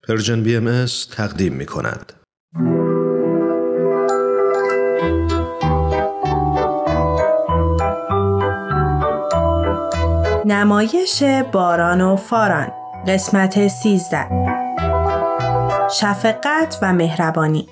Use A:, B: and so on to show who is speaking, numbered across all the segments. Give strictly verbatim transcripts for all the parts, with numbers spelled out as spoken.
A: پرژن بی ام اس تقدیم می کند.
B: نمایش باران و فاران، قسمت سیزده. شفقت و مهربانی.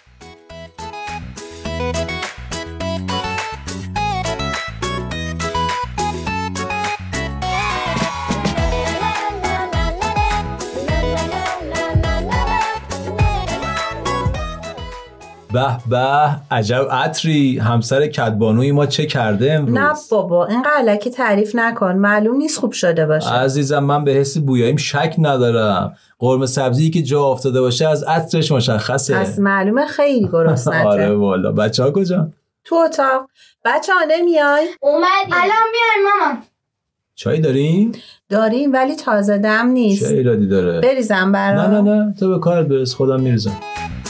C: به به، عجب عطری. همسر کدبانوی ما چه کرده امروز؟
B: نه بابا، اینقدر الکی تعریف نکن، معلوم نیست خوب شده باشه.
C: عزیزم من به حس بویاییم شک ندارم. قرمه سبزی که جا افتاده باشه از عطرش مشخصه.
B: از معلومه خیلی گرسنته.
C: آره والا. بچه ها کجا؟
B: تو اتاق. بچه ها نمیای؟
D: اومدیم. الان میایم مامان.
C: چای داریم؟
B: داریم ولی تازه دم نیست.
C: چه ایرادی داره؟
B: بریزم برام؟
C: نه نه نه تو به کارت برس، خودم میریزم.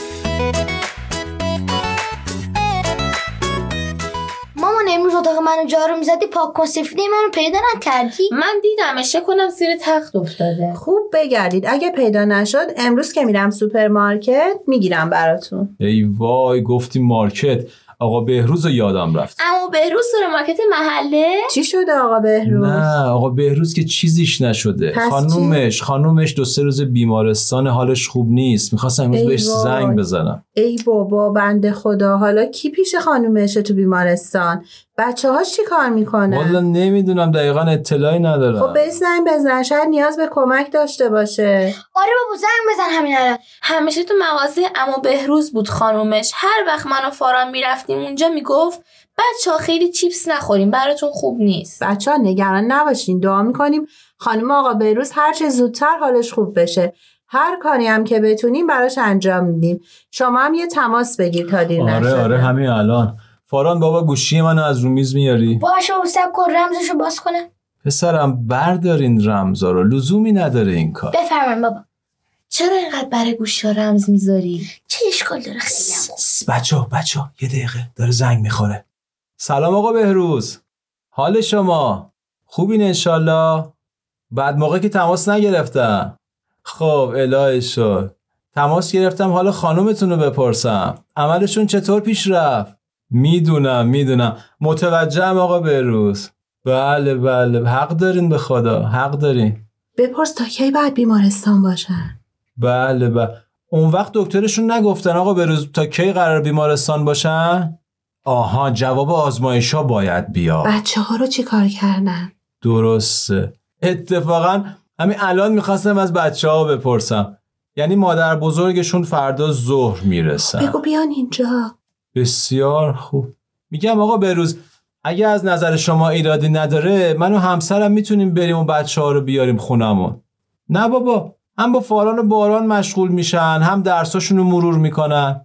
D: امروز اتاق منو جارو میزدی، پاک کن سفیده منو پیدا نکردی؟
E: من دیدمش، چه کنم زیر تخت افتاده.
B: خوب بگردید، اگه پیدا نشد امروز که میرم سوپرمارکت میگیرم براتون.
C: ای وای گفتی مارکت، آقا بهروز رو یادم رفت.
E: اما بهروز سوپرمارکت محله؟
B: چی شده آقا بهروز؟
C: نه آقا بهروز که چیزیش نشده. خانومش خانومش دو سه روز بیمارستان، حالش خوب نیست. میخواستم امروز بهش زنگ بزنم.
B: ای بابا بنده خدا، حالا کی پیش خانومشه تو بیمارستان؟ بچه هاش چی کار میکنن؟
C: والا نمیدونم، دقیقا اطلاعی ندارم.
B: خب بهش زنگ بزن، شاید نیاز به کمک داشته باشه.
D: آره بابا زنگ بزن همین الان.
E: همیشه تو مغازه عمو بهروز بود خانومش. هر وقت من و فاران میرفتیم اونجا میگفت بچه‌ها خیلی چیپس نخوریم، براتون خوب نیست.
B: بچه‌ها نگران نباشین، دعا میکنیم خانم آقا بهروز هر چه زودتر حالش خوب بشه. هر کاری هم که بتونیم براش انجام میدیم. شما هم یه تماس بگیر تا دیر
C: آره
B: نشده.
C: آره آره همین الان. فاران بابا گوشی منو از رو میز میاری؟
D: باشه بابا، صبر کن رمزشو باز کنه.
C: پسرم بردارین رمزا رو، لزومی نداره این کار.
D: بفرمایید بابا.
E: چرا اینقدر برای گوشی رمز میذاری؟
D: چه اشکال داره؟ خیلی هم خوب.
C: بچه‌ها بچه‌ها یه دقیقه داره زنگ میخوره. سلام آقا بهروز، حال شما خوبین انشالله؟ بعد موقع که تماس نگرفتم. خب الهی شد. تماس گرفتم حالا خانومتون رو بپرسم عملشون چطور پیش رفت. میدونم میدونم متوجهم آقا بهروز. بله بله حق دارین، به خدا حق دارین.
B: بپرس تا کی بعد بیمارستان باشن.
C: بله بله. اون وقت دکترشون نگفتن آقا بهروز تا کی قرار بیمارستان باشن؟ آها جواب آزمایش ها باید بیا.
B: بچه ها رو چی کار کردن؟
C: درسته. اتفاقا همین الان میخواستم از بچه ها بپرسم. یعنی مادر بزرگشون فردا ظهر میرسن.
B: بگو بیان اینجا.
C: بسیار خوب. میگم آقا بهروز اگه از نظر شما ایرادی نداره من و همسرم میتونیم بریم و بچه ها رو بیاریم خونمون. نه بابا، هم با فاران و باران مشغول میشن هم درساشون رو مرور میکنن.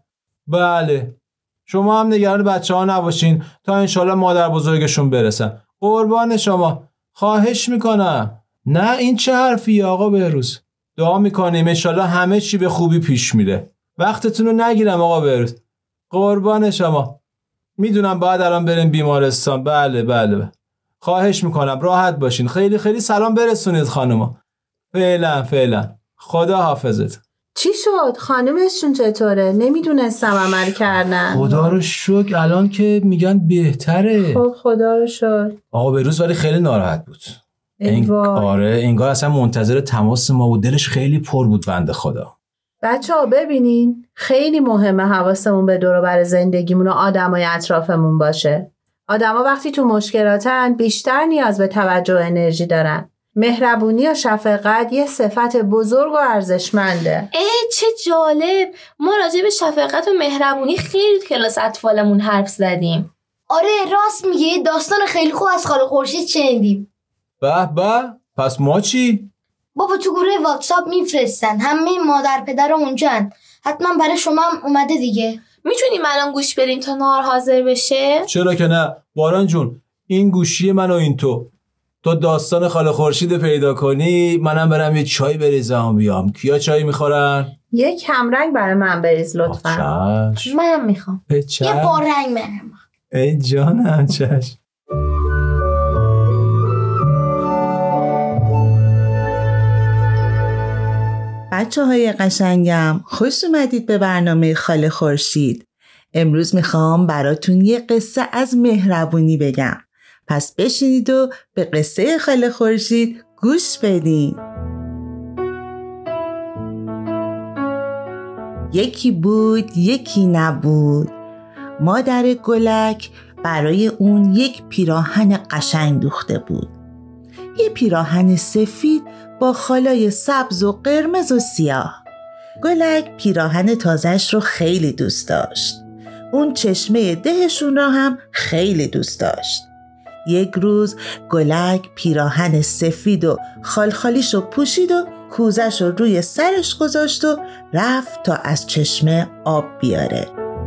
C: بله شما هم نگران بچه ها نباشین تا انشالله مادر بزرگشون برسن. قربان شما، خواهش میکنم. نه این چه حرفیه آقا بهروز؟ دعا میکنیم انشالله همه چی به خوبی پیش میره. وقتتون رو نگیرم آقا بهروز. قربان شما. میدونم باید الان بریم بیمارستان. بله بله بله. خواهش میکنم راحت باشین. خیلی خیلی سلام برسونید خانوما. فعلا فعلا. خدا حافظت.
B: چی شد؟ خانمشون چطوره؟ نمیدونستم عمل کردن.
C: خدا رو شکر الان که میگن بهتره.
B: خب خدا رو شکر.
C: آقا بهروز ولی خیلی ناراحت بود.
B: این
C: آره انگار اصلا منتظر تماس ما بود. دلش خیلی پر بود بنده خدا.
B: بچه ها ببینین خیلی مهمه حواسمون به دور و بر زندگیمون و آدمای اطرافمون باشه. آدما وقتی تو مشکلاتن بیشتر نیاز به توجه و انرژی دارن. مهربونی و شفقت یه صفت بزرگ و ارزشمنده.
E: اه چه جالب، ما راجع به شفقت و مهربونی خیلی کلاس اطفالمون حرف زدیم.
D: آره راست میگه، داستان خیلی خوب از خاله خورشید شنیدیم. به
C: به، پس ما چی؟
D: بابا تو گروه واتساپ میفرستن، همه مادر پدر اونجان. حتما برای شما هم اومده دیگه.
E: میتونیم الان گوش بریم تا نهار حاضر بشه؟
C: چرا که نه. باران جون این گوشی من و این تو تو داستان خاله خورشید پیدا کنی، منم برم یه چای بریزم بیام. کیا چای میخورن؟
B: یه کمرنگ برای من بریز لطفا.
C: چشم.
E: منم میخوام
D: یه بارنگ برم.
C: ای جانم چشم.
F: بچه های قشنگم، خوش اومدید به برنامه خاله خورشید. امروز میخوام براتون یه قصه از مهربونی بگم. پس بشینید و به قصه خاله خورشید گوش بدین. یکی بود یکی نبود. مادر گلک برای اون یک پیراهن قشنگ دوخته بود. یه پیراهن سفید با خالای سبز و قرمز و سیاه. گلک پیراهن تازه‌اش رو خیلی دوست داشت. اون چشمه دهشون رو هم خیلی دوست داشت. یک روز گلک پیراهن سفید و خالخالیش رو پوشید و کوزش رو روی سرش گذاشت و رفت تا از چشمه آب بیاره.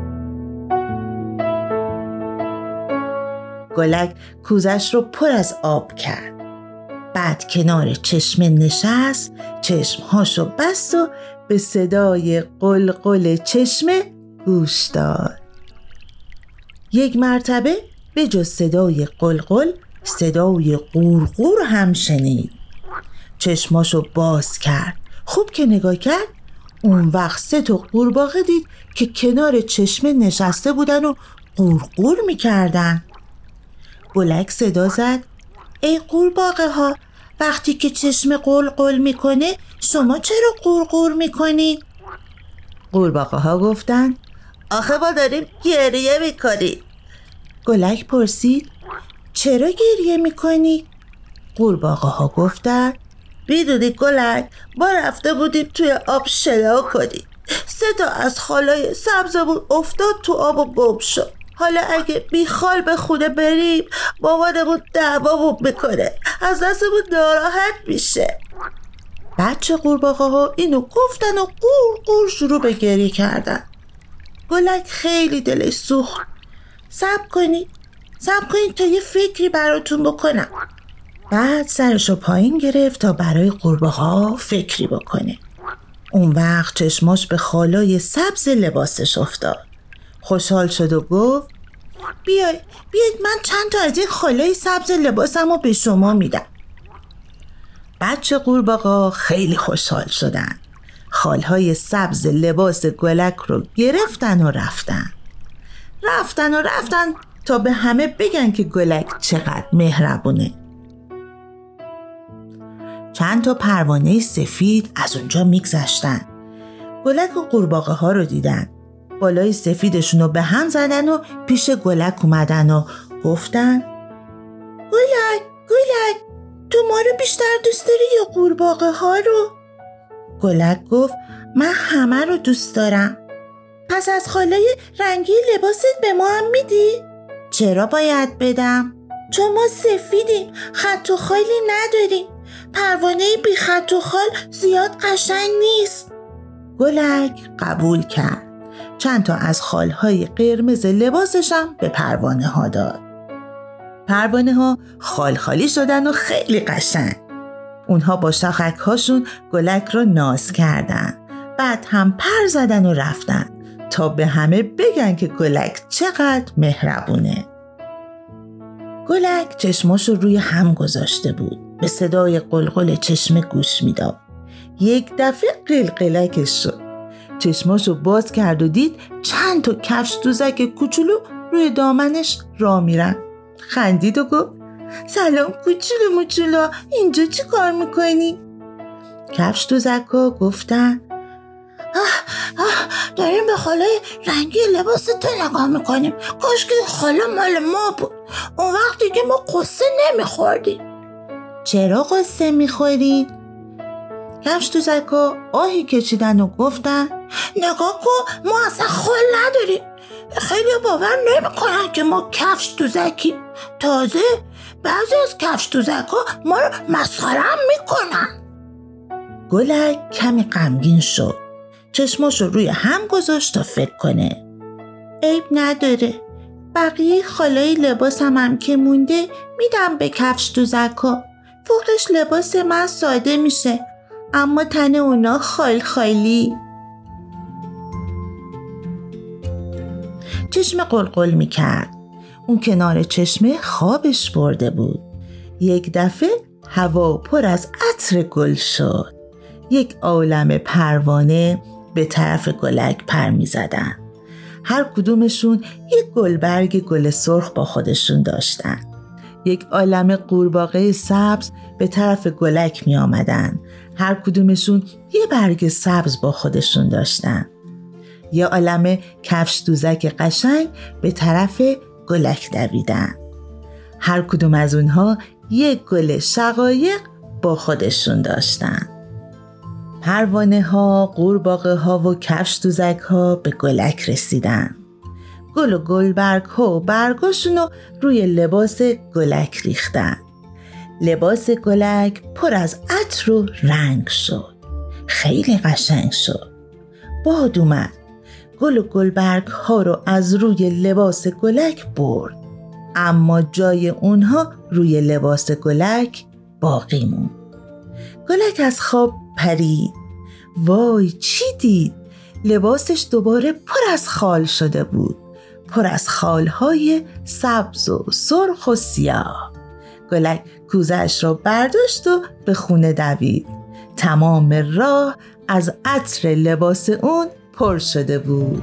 F: گلک کوزش رو پر از آب کرد. بعد کنار چشمه نشست، چشمهاشو بست و به صدای قلقل چشمه گوش داد. یک مرتبه به جز صدای قلقل صدای قورقور هم شنید. چشماشو باز کرد. خوب که نگاه کرد اون وقت سه تا قورباغه دید که کنار چشمه نشسته بودن و قورقور میکردن. گلک صدا زد: ای قورباغه ها، وقتی که چشمه قلقل میکنه شما چرا قورقور میکنی؟ قورباغه ها گفتن: آخه ما داریم گریه میکنیم. گلک پرسید: چرا گریه میکنی؟ قورباغه ها گفتن: میدونی گلک، ما رفته بودیم توی آب شنا کنیم. سه تا از خالای سبزمون افتاد تو آب و گم شد. حالا اگه بیخال به خونه بریم مامانمون دعوامون میکنه، از دستمون ناراحت میشه. بچه قورباغه ها اینو گفتن و قور قور شروع به گریه کردن. گلک خیلی دلش سوخت. صبر کنید صبر کنید تا یه فکری براتون بکنم. بعد سرشو پایین گرفت تا برای قورباغه ها فکری بکنه. اون وقت چشماش به خالای سبز لباسش افتاد. خوشحال شد و گفت: بیای بیاید من چند تا از این خالای سبز لباسم رو به شما میدم. بچه قورباغه خیلی خوشحال شدن. خالهای سبز لباس گلک رو گرفتن و رفتن. رفتن و رفتن تا به همه بگن که گلک چقدر مهربونه. چند تا پروانه سفید از اونجا میگذشتن. گلک و قورباغه ها رو دیدن. بالای سفیدشون رو به هم زدن و پیش گلک اومدن و گفتن: گلک گلک، تو ما رو بیشتر دوست داری یا قورباغه ها رو؟ گلک گفت: من همه رو دوست دارم. پس از خالای رنگی لباست به ما هم میدی؟ چرا باید بدم؟ چون ما سفیدیم، خط و خالی نداریم. پروانه بی خط و خال زیاد قشنگ نیست. گلک قبول کرد. چند تا از خالهای قرمز لباسشم به پروانه ها داد. پروانه ها خال خالی شدن و خیلی قشنگ. اونها با شاخک هاشون گلک رو ناز کردن. بعد هم پر زدن و رفتن تا به همه بگن که گلک چقدر مهربونه. گلک چشماشو روی هم گذاشته بود. به صدای قلقل چشمه گوش میداد. یک دفعه قلقلکش شد. چشماشو باز کرد و دید چند تا کفش دوزک کوچولو روی دامنش راه میرن. خندید و گفت: سلام کوچولو موچولو، اینجا چی کار میکنی؟ کفش دوزکا گفتن: آه آه داریم به خالای رنگی لباس تو نگاه میکنیم. کاش که خالا مال ما بود، اون وقتی که ما قصه نمیخوردیم. چرا قصه میخورید؟ کفش دوزکا آهی کشیدن و گفتن: نگاه کن، ما اصلا خال نداریم. خیلی باور نمیکنن که ما کفش دوزکیم. تازه بعضی از کفش دوزکا ما رو مسخره هم میکنن. گلک کمی غمگین شد. چشماشو روی هم گذاشت تا فکر کنه. عیب نداره، بقیه خالای لباسم هم که مونده میدم به کفش دوزکا. فوقش لباس من ساده میشه، اما تن اونا خال خالی. چشمه قلقل میکرد. اون کنار چشمه خوابش برده بود. یک دفعه هوا پر از عطر گل شد. یک عالمه پروانه به طرف گلک پر می زدن. هر کدومشون یک گلبرگ گل سرخ با خودشون داشتن. یک عالمه قورباغه سبز به طرف گلک می آمدن. هر کدومشون یه برگ سبز با خودشون داشتن. یه عالمه کفش دوزک قشنگ به طرف گلک دویدن. هر کدوم از اونها یک گل شقایق با خودشون داشتن. پروانه ها، قورباغه ها و کفش دوزک ها به گلک رسیدن. گل و گلبرگ ها و برگاشونو روی لباس گلک ریختن. لباس گلک پر از عطر و رنگ شد. خیلی قشنگ شد. باد اومد. گل و گلبرگ ها رو از روی لباس گلک برد. اما جای اونها روی لباس گلک باقی موند. گلک از خواب پرید. وای چی دید؟ لباسش دوباره پر از خال شده بود. پر از خالهای سبز و سرخ و سیاه. گلک کوزه‌اش رو برداشت و به خونه دوید. تمام راه از عطر لباس اون پر شده بود.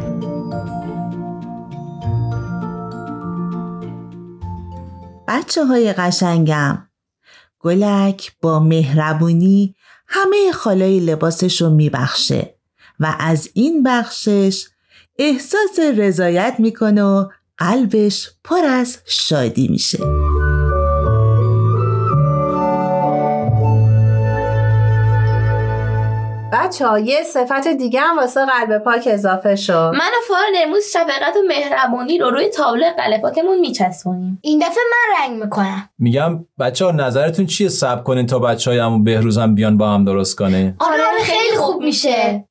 F: بچه های قشنگم، گلک با مهربونی همه خالای لباسش رو میبخشه و از این بخشش احساس رضایت میکنه و قلبش پر از شادی میشه.
B: بچه ها یه صفت دیگه هم واسه قلب پاک اضافه شد.
E: من و فارن امروز شفقت و مهربونی رو روی تابلو قلب پاکمون میچسبونیم.
D: این دفعه من رنگ میکنم.
C: میگم بچه ها نظرتون چیه؟ صبر کنین تا بچه های همون بهروزم بیان با هم درست کنه.
D: آره خیلی خوب میشه.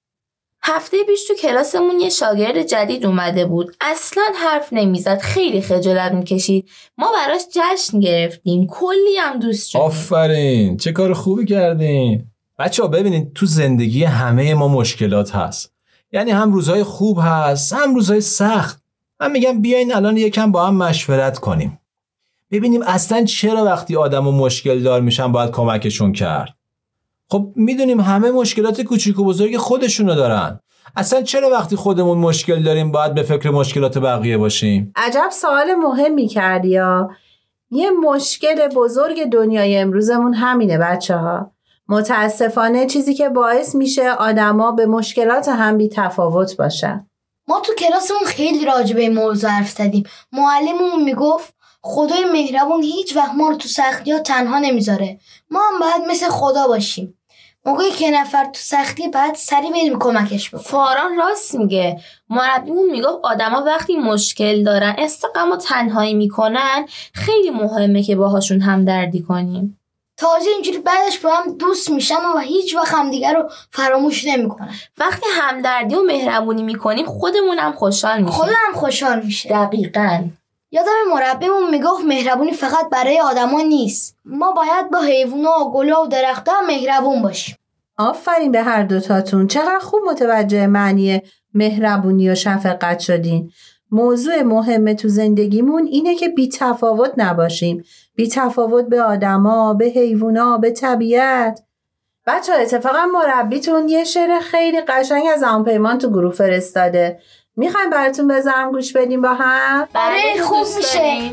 E: هفته پیش تو کلاسمون یه شاگرد جدید اومده بود. اصلا حرف نمیزد. خیلی خجالت میکشید. ما براش جشن گرفتیم. کلی هم دوست شدیم.
C: آفرین، چه کار خوبی کردین. بچه ها ببینید تو زندگی همه ما مشکلات هست. یعنی هم روزهای خوب هست هم روزهای سخت. من میگم بیاین الان یکم با هم مشورت کنیم. ببینیم اصلا چرا وقتی آدم مشکل دار میشن باید کمکشون کرد. خب میدونیم همه مشکلات کوچیک و بزرگ خودشونو دارن. اصلا چرا وقتی خودمون مشکل داریم باید به فکر مشکلات بقیه باشیم؟
B: عجب سوال مهمی کردی یا. یه مشکل بزرگ دنیای امروزمون همینه بچه ها. متاسفانه چیزی که باعث میشه آدما به مشکلات هم بی تفاوت باشن.
D: ما تو کلاسمون خیلی راجع به این موضوع حرف زدیم. معلممون میگفت خدای مهربون هیچ وقت ما رو تو سختی‌ها تنها نمیذاره. ما هم باید مثل خدا باشیم. موقعی که نفر تو سختی باید سریع بریم کمکش بکنیم.
E: فاران راست میگه. مربیمون میگفت آدما وقتی مشکل دارن استقام و تنهایی میکنن خیلی مهمه که باهاشون همدردی کنیم.
D: تازه اینجوری بعدش با هم دوست میشن و هیچ وقت همدیگه رو فراموش نمیکنن.
E: وقتی همدردی و مهربونی میکنیم خودمون هم خوشحال میشیم.
D: خودم هم خوشحال میشه.
E: دقیقاً.
D: یادم مربیمون میگفت مهربونی فقط برای آدما نیست. ما باید با حیوونا و گلا و درخت‌ها هم مهربون باشیم.
B: آفرین به هر دوتاتون. چقدر خوب متوجه معنی مهربونی و شفقت شدین. موضوع مهم تو زندگیمون اینه که بی تفاوت نباشیم. بی تفاوت به آدما، به حیوونا، به طبیعت. بچه ها اتفاقا مربیتون یه شعر خیلی قشنگ از عمو پیمان تو گروه فرستاده. میخوایم براتون بذارم گوش بدیم با هم؟
D: آره خوب میشه.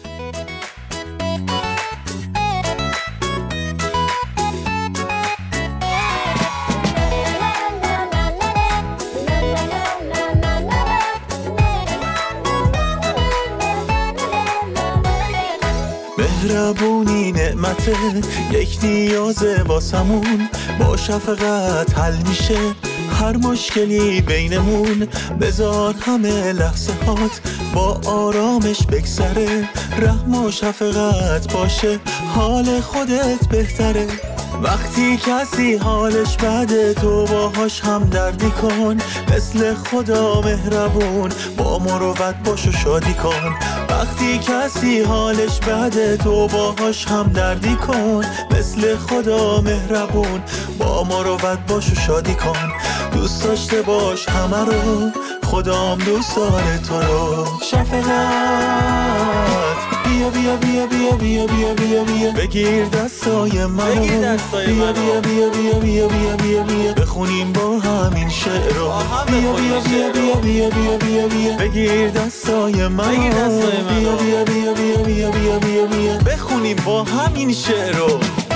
G: مهربونی نعمته یک نیازه واسمون، با شفقت حل میشه هر مشکلی بینمون. بذار همه لحظه هات با آرامش بگذره، رحم و شفقت باشه حال خودت بهتره. وقتی کسی حالش بده تو باهاش همدردی کن، مثل خدا مهربون با مروت باش و شادی کن. وقتی کسی حالش بده تو باهاش همدردی کن، مثل خدا مهربون با مروت باش و شادی کن. دوست داشته باش همه رو، خدام دوست داره تو رو. شفقت بیا بیا بیا بیا بیا بیا بیا بیا بگیر دستای منو بیا بیا بیا بیا بیا بیا بیا بیا بخونیم با همین شعر رو بیا بیا بیا بیا بیا بیا بیا بیا بگیر دستای منو بیا بیا بیا بیا بیا بیا بیا بیا بخونیم با همین شعر رو.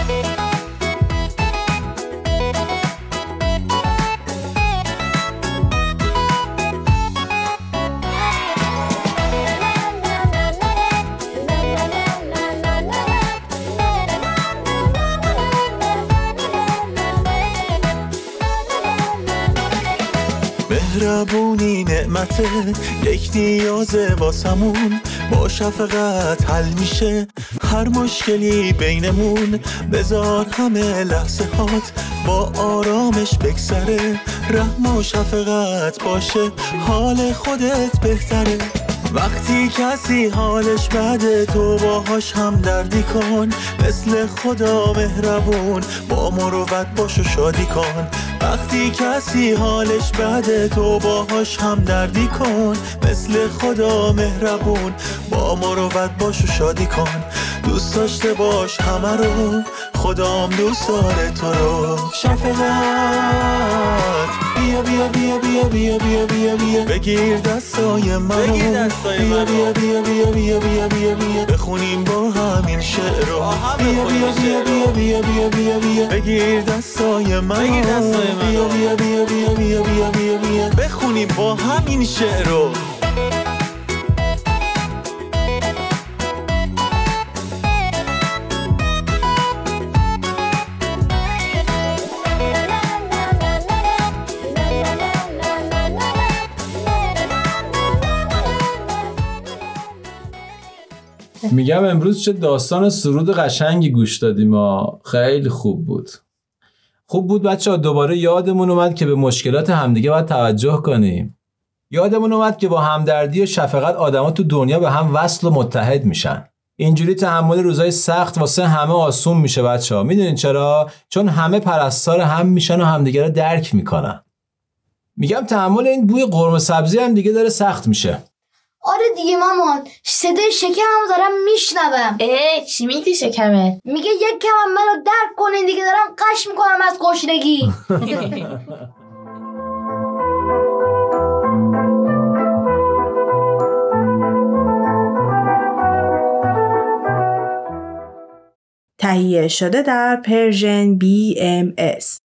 G: مهربونی نعمته یک نیازه واسمون با شفقت حل میشه هر مشکلی بینمون بذار همه لحظه هات با آرامش بگذره رحم و شفقت باشه حال خودت بهتره وقتی کسی حالش بده تو باهاش همدردی کن مثل خدا مهربون با مروت باش و شادی کن وقتی کسی حالش بده تو باهاش همدردی کن مثل خدا مهربون با مروت باش و شادی کن دوست داشته باش همه رو خدام دوست داره تو رو شفقت بیا بیا بیا بیا بیا بیا بیا بیا بگیر دستای منو بیا بیا بیا بیا بیا بیا بیا بیا بخونیم با همین شعر رو بیا بیا بیا بیا بیا بیا بیا بیا بگیر دستای منو بیا بیا بیا بیا بیا بیا بیا بیا بخونیم با همین شعر رو.
C: میگم امروز چه داستان سرود قشنگی گوش دادیم ما خیلی خوب بود. خوب بود بچه‌ها دوباره یادمون اومد که به مشکلات همدیگه باید توجه کنیم. یادمون اومد که با همدردی و شفقت آدما تو دنیا به هم وصل و متحد میشن. اینجوری تحمل روزای سخت واسه همه آسون میشه بچه‌ها. میدونین چرا؟ چون همه پرستار هم میشن و همدیگه رو درک میکنن. میگم تحمل این بوی قرمه سبزی هم دیگه داره سخت میشه.
D: آره دیگه مامان صدای شکمم دارم میشنوم.
E: اه چی میگی شکمه؟
D: میگه یک کمم منو درک کنین دیگه دارم قش میکنم از گشنگی.
H: تهیه شده در پرژن بی ام اس